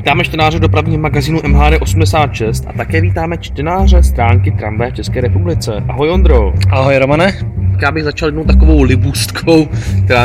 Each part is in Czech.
Vítáme čtenáře dopravního magazínu MHD86 a také vítáme čtenáře stránky Tramvaje v České republice. Ahoj Ondro. Ahoj Romane. Já bych začal jednou takovou libůstkou, která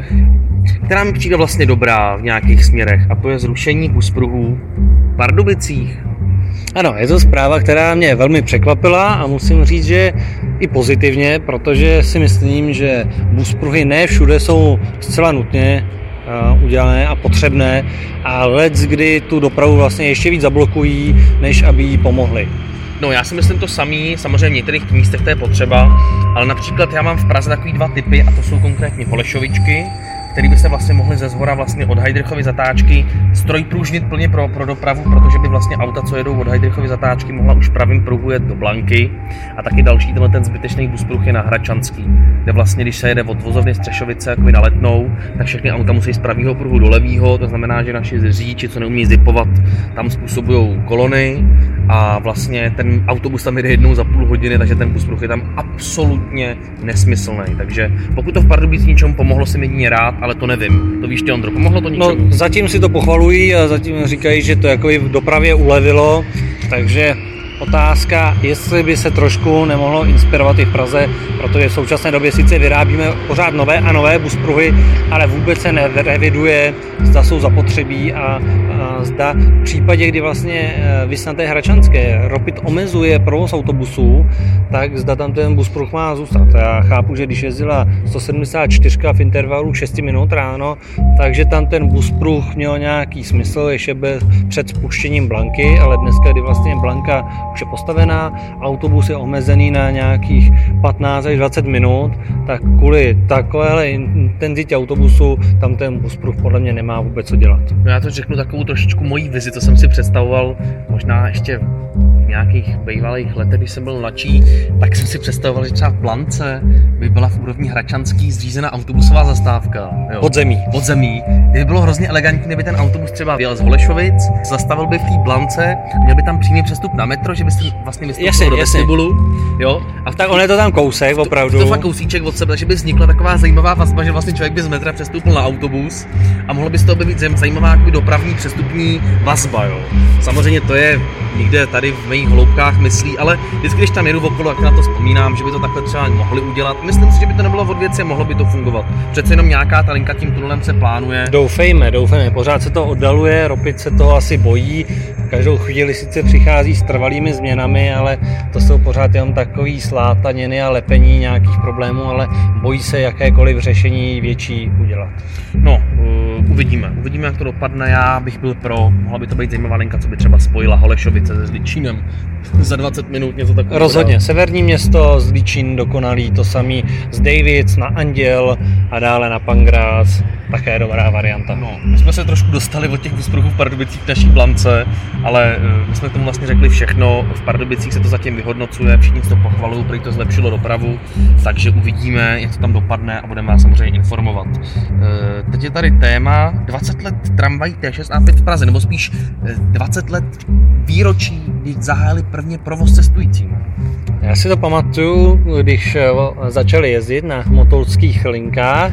mi přijde vlastně dobrá v nějakých směrech, a to je zrušení buspruhů v Pardubicích. Ano, je to zpráva, která mě velmi překvapila a musím říct, že i pozitivně, protože si myslím, že buspruhy ne všude jsou zcela nutně udělané a potřebné a leckdy tu dopravu vlastně ještě víc zablokují, než aby jí pomohly. No, já si myslím to samý, samozřejmě v některých místech to je potřeba, ale například já mám v Praze takový dva typy, a to jsou konkrétně Holešovičky, který by se vlastně mohly ze zhora vlastně od Heydrichovy zatáčky strojpružnit plně pro dopravu, protože by vlastně auta, co jedou od Heydrichovy zatáčky, mohla už pravým pruhu jet do Blanky. A taky další ten zbytečný buspruh je na Hradčanský, kde vlastně, když se jede od vozovny Střešovice jakoby na Letnou, tak všechny auta musí z pravého pruhu do levého, to znamená, že naši řidiči, co neumí zipovat, tam způsobují kolony a vlastně ten autobus tam jede jednou za půl hodiny, takže ten buspruh je tam absolutně nesmyslný. Takže pokud to v Pardubicích něčemu pomohlo, jsem jedině rád, ale to nevím. To víš ty, Ondro, pomohlo to něčemu? No, zatím si to pochvalují a zatím říkají, že to jako v dopravě ulevilo, takže otázka, jestli by se trošku nemohlo inspirovat i v Praze, protože v současné době sice vyrábíme pořád nové a nové buspruhy, ale vůbec se nereviduje, zda jsou zapotřebí a zda v případě, kdy vlastně vys na té Hradčanské Ropit omezuje provoz autobusů, tak zda tam ten buspruh má zůstat. Já chápu, že když jezdila 174 v intervalu 6 minut ráno, takže tam ten buspruh měl nějaký smysl ještě před spuštěním Blanky, ale dneska, kdy vlastně Blanka už je postavená, autobus je omezený na nějakých 15 až 20 minut, tak kvůli takovéhle intenzitě autobusu tam ten buspruh podle mě nemá vůbec co dělat. No, já to řeknu takovou trošičku mojí vizi, co jsem si představoval, možná ještě v nějakých bývalých letech, když jsem byl mladší, tak jsem si představoval, že třeba v Blance by byla v úrovni Hradčanský zřízena autobusová zastávka. Jo. Podzemí. Kdyby bylo hrozně elegantní, kdyby ten autobus třeba vyjel z Holešovic, zastavil by v té Blance, měl by tam přímý přestup na metro, že byste vlastně vystoupil do vestibulu. Jo. A tak on je to tam kousek, opravdu. To fakt kousíček od sebe, že by vznikla taková zajímavá vazba, že vlastně člověk by z metra přestoupil na autobus a mohlo by z toho být zajímavá dopravní přestupní vazba. Jo. Samozřejmě to je někde tady v mých hloubkách myslí, ale vždycky, když tam jedu okolo, tak na to vzpomínám, že by to takhle třeba mohli udělat. Myslím si, že by to nebylo od věci, mohlo by to fungovat. Přece jenom nějaká ta linka tím tunelem se plánuje. Doufejme, pořád se to oddaluje, Ropit se toho asi bojí. Každou chvíli sice přichází s trvalými změnami, ale to jsou pořád jenom takový slátaniny a lepení nějakých problémů, ale bojí se jakékoliv řešení větší udělat. No, uvidíme, jak to dopadne. Já bych byl pro, mohla by to být zajímavá linka, co by třeba spojila Holešovice se Zličínem za 20 minut, něco takového. Rozhodně, severní město, Zličín dokonalý, to samý z Davids na Anděl a dále na Pangrác, také dobrá varianta. No, my jsme se trošku dostali od těch buspruhů v Pardubicích v naší Blance, ale my jsme k tomu vlastně řekli všechno. V Pardubicích se to zatím vyhodnocuje, všichni to pochvalují, protože to zlepšilo dopravu, takže uvidíme, jak to tam dopadne a budeme vás samozřejmě informovat. Teď je tady téma 20 let tramvají T6 A5 v Praze, nebo spíš 20 let výročí, když zahájili prvně provoz cestujícím. Já si to pamatuju, když začali jezdit na motolských linkách.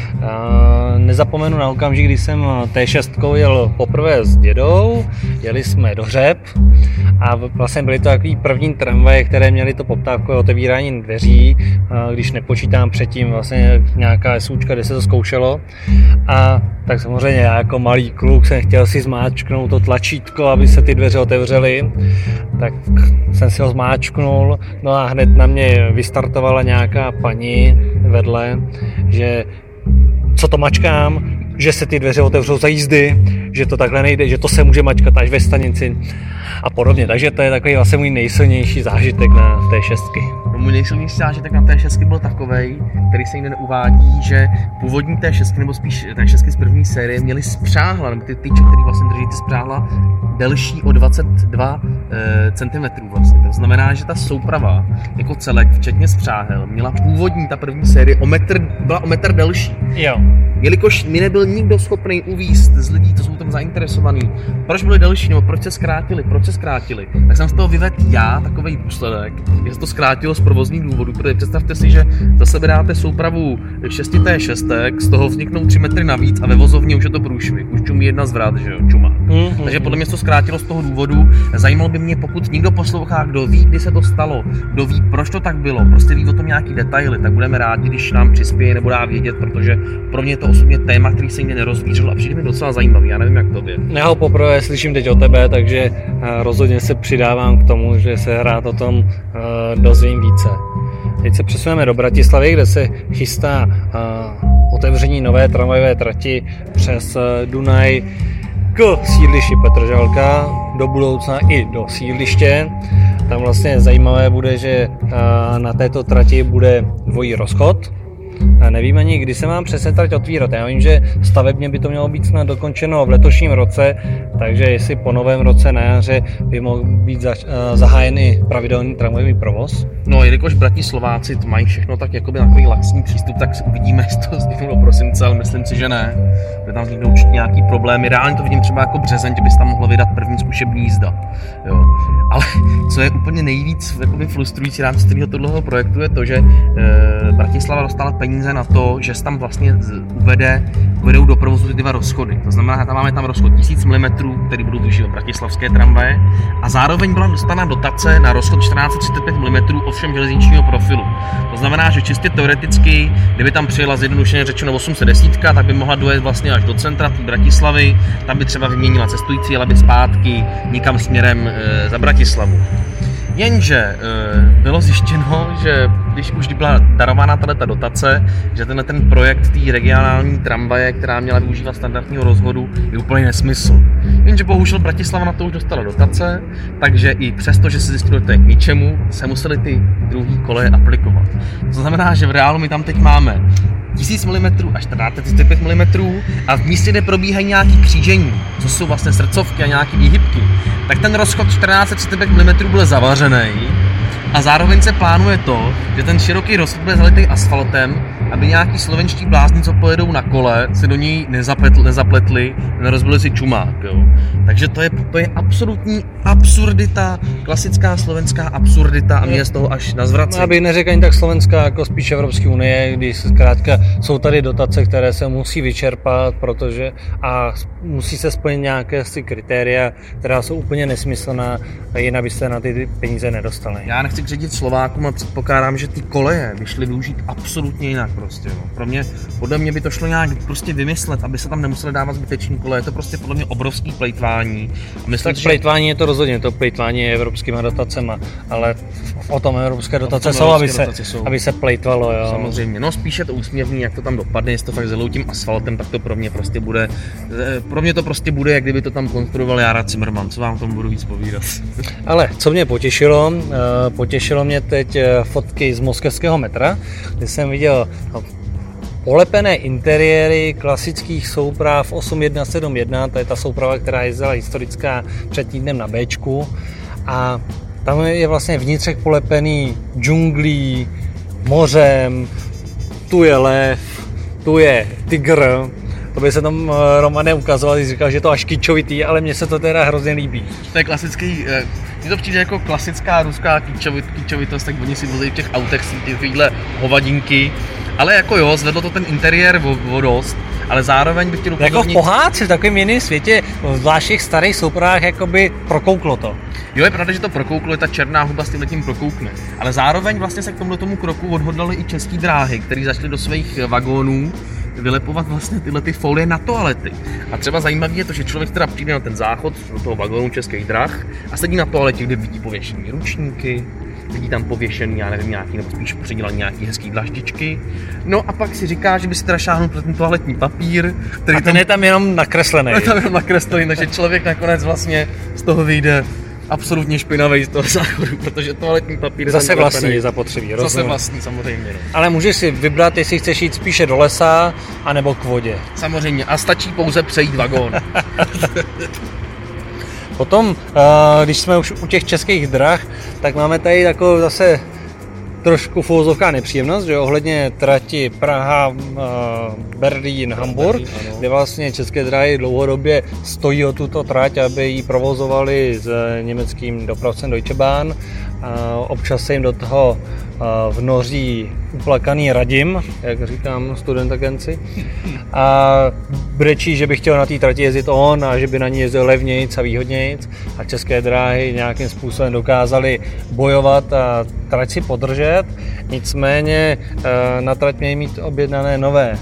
Nezapomenu na okamžik, kdy jsem T6 jel poprvé s dědou, jeli jsme do Hřeb a vlastně byly to takový první tramvaje, které měly to poptávkové otevírání dveří, když nepočítám předtím vlastně nějaká SUčka, kde se to zkoušelo. A tak samozřejmě já jako malý kluk jsem chtěl si zmáčknout to tlačítko, aby se ty dveře otevřely, tak jsem si ho zmáčknul, no a hned na mě vystartovala nějaká paní vedle, že co to mačkám, že se ty dveře otevřou za jízdy, že to takhle nejde, že to se může mačkat až ve stanici a podobně. Takže to je takový vlastně můj nejsilnější zážitek na T6. No, můj nejsilnější zážitek na T6 byl takovej, který se nikde neuvádí, že původní T6, nebo spíš T6 z první série, měly spřáhla, nebo ty tyče, který vlastně drží ty spřáhla, delší o 22 cm vlastně. To znamená, že ta souprava jako celek, včetně spřáhel, měla původní ta první série byla o metr delší. Jo. Jelikož mi nebyl nikdo schopný uvízt z lidí, co jsou tam zainteresovaný, proč byli delší, nebo proč se zkrátili, tak jsem z toho vyvedl já takovej důsledek, že se to zkrátilo z provozních důvodů, protože představte si, že za sebe dáte soupravu 6T6, z toho vzniknou 3 metry navíc a ve vozovně už je to průšvih, už čumí jedna zvrat, že jo, čumá. Takže podle mě se to zkrátilo z toho důvodu. Zajímalo by mě, pokud někdo poslouchá, kdo ví, kdy se to stalo, kdo ví, proč to tak bylo, prostě ví o tom nějaký detaily, tak budeme rádi, když nám přispěje nebo dá vědět, protože pro mě je to osobně téma, který se nikdy nerozvířil a přijde mi docela zajímavý. Já nevím, jak tobě. Já ho poprvé slyším teď o tebe, takže rozhodně se přidávám k tomu, že se rád o tom dozvím více. Teď se přesuneme do Bratislavy, kde se chystá otevření nové tramvajové trati přes Dunaj k sídlišti Petržalka, do budoucna i do sídliště. Tam vlastně zajímavé bude, že na této trati bude dvojí rozchod. Nevím ani, kdy se mám přesně trať otvírat. Já vím, že stavebně by to mělo být snad dokončeno v letošním roce, takže jestli po novém roce na jaře by mohl být zahájen i pravidelný tramvajový provoz. No, jelikož Bratislováci mají všechno tak jakoby na takový laxní přístup, tak uvidíme, jestli to vzniknou do prosince, ale myslím si, že ne. Že tam vzniknou určitě nějaký problémy. Reálně to vidím třeba jako březen, že bys tam mohlo vydat první zkušební jízda. Jo. Ale co je úplně nejvíc jakoby frustrující rámci tohoto projektu je to, že Bratislava dostala peníze na to, že se tam vlastně uvedou do provozu ty 2 rozchody. To znamená, že tam máme rozchod 1000 mm, který budou využívat bratislavské tramvaje, a zároveň byla dostana dotace na rozchod 1435 mm, ovšem železničního profilu. To znamená, že čistě teoreticky, kdyby tam přijela zjednodušeně řečeno 810, tak by mohla dojet vlastně až do centra Bratislavy, tam by třeba vyměnila cestující, ale by zpátky nikam směrem za Bratislavu. Jenže bylo zjištěno, že když už byla darována tato dotace, že ten projekt té regionální tramvaje, která měla využívat standardního rozvodu, je úplně nesmysl. Jenže bohužel Bratislava na to už dostala dotace, takže i přesto, že se zjistilo, že to je k ničemu, se museli ty druhý koleje aplikovat. To znamená, že v reálu my tam teď máme 1000 mm a 1435 mm a v místě, kde probíhají nějaké křížení, co jsou vlastně srdcovky a nějaké výhybky, tak ten rozchod 1435 mm byl zavařený a zároveň se plánuje to, že ten široký rozchod bude zalitý asfaltem, aby nějaký slovenští blázni, co pojedou na kole, se do něj nezapletli, nerozbili si čumák. Jo. Takže to je absolutní absurdita, klasická slovenská absurdita a mě je z toho až na zvracení. Já bych neřekl ani tak slovenská, jako spíš Evropské unie, když zkrátka jsou tady dotace, které se musí vyčerpat, protože a musí se splnit nějaké kritéria, která jsou úplně nesmyslná, jinak byste na ty peníze nedostali. Já nechci křivdit Slovákům a předpokládám, že ty koleje by šly využít absolutně jinak prostě. No. Podle mě by to šlo nějak prostě vymyslet, aby se tam nemuseli dávat zbytečný koleje. Je to prostě podle mě obrovský plejtvání. Tak plejtvání je to rozhodně, to plejtvání je evropskýma dotacema, ale o tom evropské dotace jsou, aby se plejtvalo. Jo. Samozřejmě, no spíš je to úsměvný, jak to tam dopadne, jestli to fakt zelou tím asfaltem, tak to pro mě to prostě bude, jak kdyby to tam konstruoval Jára Cimrman, co vám tomu budu víc povídat. Ale co mě potěšilo mě teď fotky z moskevského metra, kde jsem viděl polepené interiéry klasických souprav 8171, to je ta souprava, která jezdila historická před týdnem na Bčku, a tam je vlastně vnitřek polepený džunglí, mořem, tu je lev, tu je tygr. To by se tam Romane ukazoval, když říkal, že je to až kičovitý, ale mně se to teda hrozně líbí. To je klasický, mně to přijde jako klasická ruská kičovitost, tak oni si vozí v těch autech tyhle hovadinky, ale jako jo, zvedlo to ten interiér o dost, ale zároveň bych chtěl upozornit... Jako v pohádce, v takovém jiném světě, zvlášť těch starých soupravách, jakoby prokouklo to. Jo, je pravda, že to prokouklo, je ta černá huba s tímhletím prokoukne, ale zároveň vlastně se k tomu kroku odhodlali i České dráhy, který začaly do svých vagónů vylepovat vlastně tyhle ty folie na toalety. A třeba zajímavé je to, že člověk teda přijde na ten záchod do toho vagónu Českých drah a sedí na toaletě, kde vidí pověšený ručníky, vidí tam pověšený, já nevím, nějaký, nebo spíš přidělaný nějaký hezký dlaždičky. No a pak si říká, že by si teda šáhnul pro ten toaletní papír, který a ten je tam jenom nakreslený. Je tam jenom nakreslený, takže člověk nakonec vlastně z toho vyjde absolutně špinavý z toho záchodu, protože toaletní papír zase vlastní zapotřebí. Zase vlastní, samozřejmě. No. Ale můžeš si vybrat, jestli chceš jít spíše do lesa, anebo k vodě. Samozřejmě, a stačí pouze přejít vagón. Potom, když jsme už u těch českých drah, tak máme tady takovou zase trošku v uvozovkách nepříjemnost, že ohledně trati Praha, Berlín, Hamburg, kde vlastně České dráhy dlouhodobě stojí o tuto trať, aby ji provozovali s německým dopravcem Deutsche Bahn. Občas se jim do toho vnoří uplakaný Radim, jak říkám student agenci, a brečí, že by chtěl na té trati jezdit on a že by na ní jezdil levnějc a výhodnějc, a České dráhy nějakým způsobem dokázaly bojovat a trať si podržet. Nicméně na trať měly mít objednané nové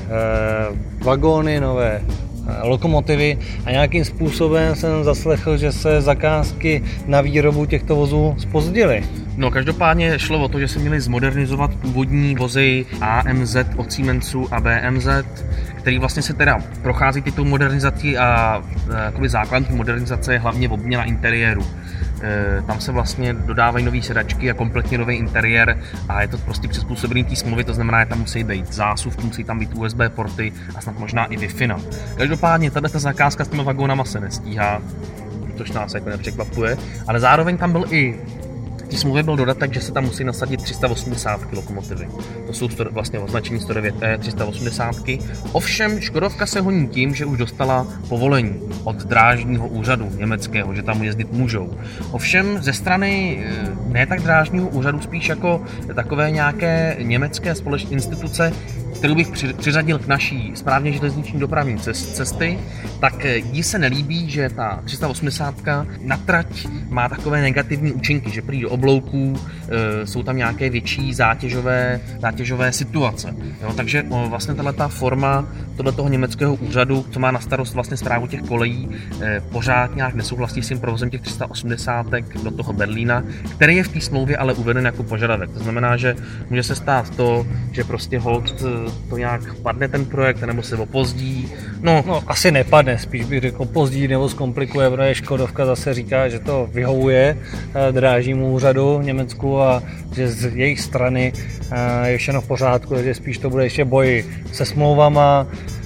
vagóny, nové lokomotivy a nějakým způsobem jsem zaslechl, že se zakázky na výrobu těchto vozů zpozdily. No, každopádně šlo o to, že se měli zmodernizovat původní vozy AMZ od Siemensu a BMZ, který vlastně se teda prochází tyto modernizací a jakoby základní modernizace je hlavně obměna interiéru. Tam se vlastně dodávají nové sedačky a kompletně nový interiér a je to prostě přizpůsobený té smlouvy, to znamená, že tam musí být zásuvky, musí tam být USB porty a snad možná i Wi-Fi. Každopádně tato zakázka s těmi vagónama se nestíhá, což nás jako nepřekvapuje, ale zároveň tam byl i v té smlouvě byl dodatek, že se tam musí nasadit 380 lokomotivy. To jsou vlastně označení 109E 380. Ovšem Škodovka se honí tím, že už dostala povolení od drážního úřadu německého, že tam jezdit můžou. Ovšem ze strany ne tak drážního úřadu, spíš jako takové nějaké německé společné instituce, kterou bych přiřadil k naší správně železniční dopravní cesty, tak jí se nelíbí, že ta 380 na trať má takové negativní účinky, že prý do oblouků jsou tam nějaké větší zátěžové situace. Jo, takže vlastně tato forma toho německého úřadu, co má na starost vlastně správu těch kolejí, pořád nějak nesouhlasí s tím provozem těch 380 do toho Berlína, který je v té smlouvě ale uveden jako požadavek. To znamená, že může se stát to, že prostě hold to nějak padne ten projekt, nebo se opozdí. No, asi nepadne, spíš bych řekl opozdí nebo zkomplikuje, protože Škodovka zase říká, že to vyhovuje drážnímu úřadu v Německu a že z jejich strany je všechno v pořádku, takže spíš to bude ještě boj se smlouvama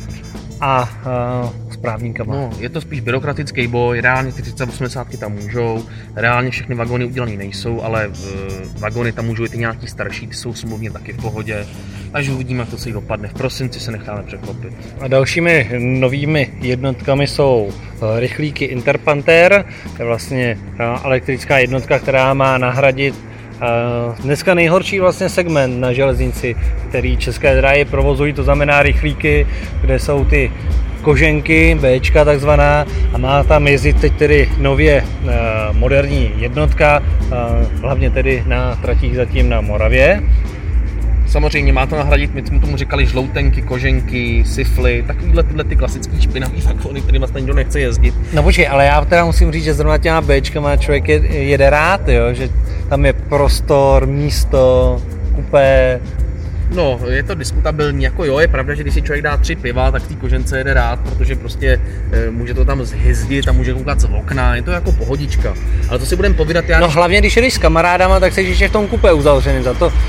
a správníkama. No, je to spíš byrokratický boj, reálně ty 380 tam můžou, reálně všechny vagóny udělané nejsou, ale vagóny tam můžou i ty nějaký starší, ty jsou smluvně taky v pohodě, takže uvidíme, jak to se jí dopadne. V prosinci se necháme překvapit. A dalšími novými jednotkami jsou rychlíky Interpanther, to je vlastně elektrická jednotka, která má nahradit dneska nejhorší vlastně segment na železnici, který České dráhy provozují, to znamená rychlíky, kde jsou ty koženky, Bčka takzvaná, a má tam jezdit teď tedy nově moderní jednotka, hlavně tedy na tratích zatím na Moravě. Samozřejmě má to nahradit, my jsme tomu říkali žloutenky, koženky, sifly, takovýhle tyhle ty klasický špinavý vagóny, který vlastně nikdo nechce jezdit. No počkej, ale já teda musím říct, že zrovna těma Bčkama člověk jede rád, jo? Že tam je prostor, místo, kupé. No, je to diskutabilní, jako jo, je pravda, že když si člověk dá 3 piva, tak té kožence jede rád, protože prostě může to tam zhyzdit a může koukat z okna, je to jako pohodička. Ale to si budeme povídat já. No hlavně, když jedeš s kamarádama, tak se ještě v tom kupé uzavřený, za to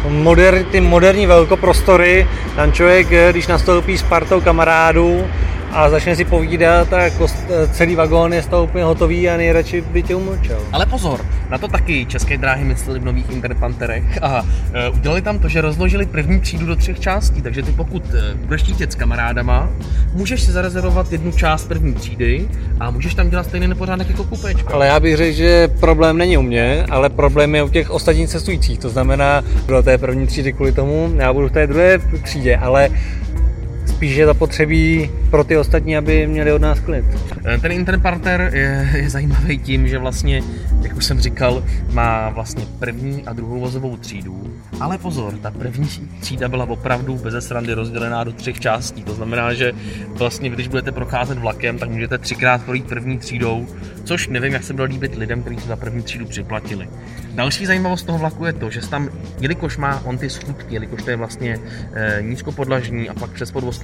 ty moderní velkoprostory, tam člověk, když nastoupí s partou kamarádů a začne si povídat, tak celý vagón je z toho úplně hotový a nejradši by tě umlčel. Ale pozor, na to taky České dráhy mysleli v nových Interpantherech a udělali tam to, že rozložili první třídu do 3 částí, takže ty pokud budeš chtít s kamarádama, můžeš si zarezervovat jednu část první třídy a můžeš tam dělat stejný nepořádek jako kupečka. Ale já bych řekl, že problém není u mě, ale problém je u těch ostatních cestujících, to znamená, do té první třídy kvůli tomu, já budu v té druhé třídě, ale spíš je zapotřebí pro ty ostatní, aby měli od nás klid. Ten Interpanther je zajímavý tím, že vlastně, jak už jsem říkal, má vlastně první a druhou vozovou třídu. Ale pozor, ta první třída byla opravdu beze srandy rozdělená do 3 částí. To znamená, že vlastně, když budete procházet vlakem, tak můžete 3krát projít první třídou, což nevím, jak se bude líbit lidem, kteří se za první třídu připlatili. Další zajímavost toho vlaku je to, že tam, jelikož má on ty schůdky, jelikož to je vlastně nízkopodlažní a pak přes podvozky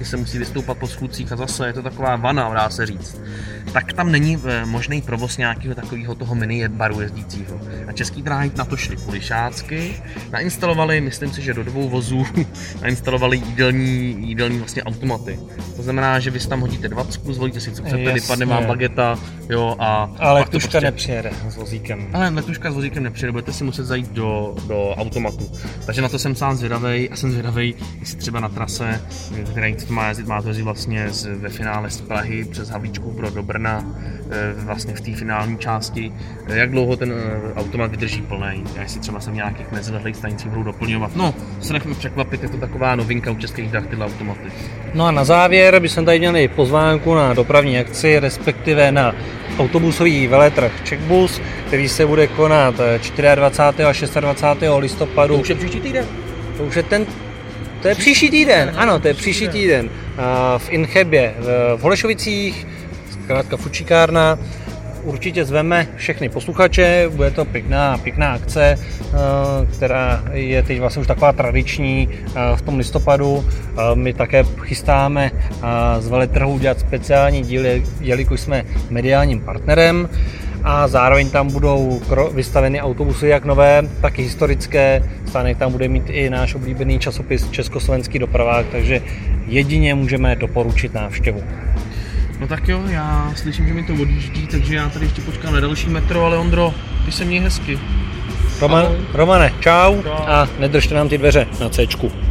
se musí vystoupat po schůdcích a zase je to taková vana, dá se říct. Tak tam není možný provoz nějakého takového toho mini baru jezdícího. A Český dráhy na to šli kulišácky, nainstalovali, myslím si, že do 2 vozů, nainstalovali jídelní vlastně automaty. To znamená, že vy si tam hodíte 20, zvolíte si, co chcete, vypadne vám bageta, jo, a... Ale letuška prostě nepřijede s vozíkem. Ale letuška s vozíkem nepřijede, budete si muset zajít do automatu. Takže na to jsem sám zvědavej a jsem zvědavej, jestli třeba na trase, která to má jezdit, má to jezdit vlastně ve finále z Prahy přes Havlíčkův Brod do Brna, vlastně v té finální části, jak dlouho ten automat vydrží plnej, a jestli třeba se v nějakých mezilehlých stanicích budou doplňovat. No, se nechme překvapit, je to taková novinka u Českých drah, tyhle automaty. No a na závěr bychom tady měli pozvánku na dopravní akci, respektive na autobusový veletrh Czechbus, který se bude konat 24. a 26. listopadu. To už je příští týden. To je příští týden, ano, to je příští týden. V Inchebě, v Holešovicích, zkrátka fučíkárna. Určitě zveme všechny posluchače, bude to pěkná akce, která je teď vlastně už taková tradiční v tom listopadu. My také chystáme z veletrhu dělat speciální díly, jelikož jsme mediálním partnerem, a zároveň tam budou vystaveny autobusy jak nové, tak i historické. Stánek tam bude mít i náš oblíbený časopis Československý dopravák, takže jedině můžeme doporučit návštěvu. No tak jo, já slyším, že mi to odjíždí, takže já tady ještě počkám na další metro, ale Ondro, ty se měj hezky. Romane, čau a nedržte nám ty dveře na Cčku.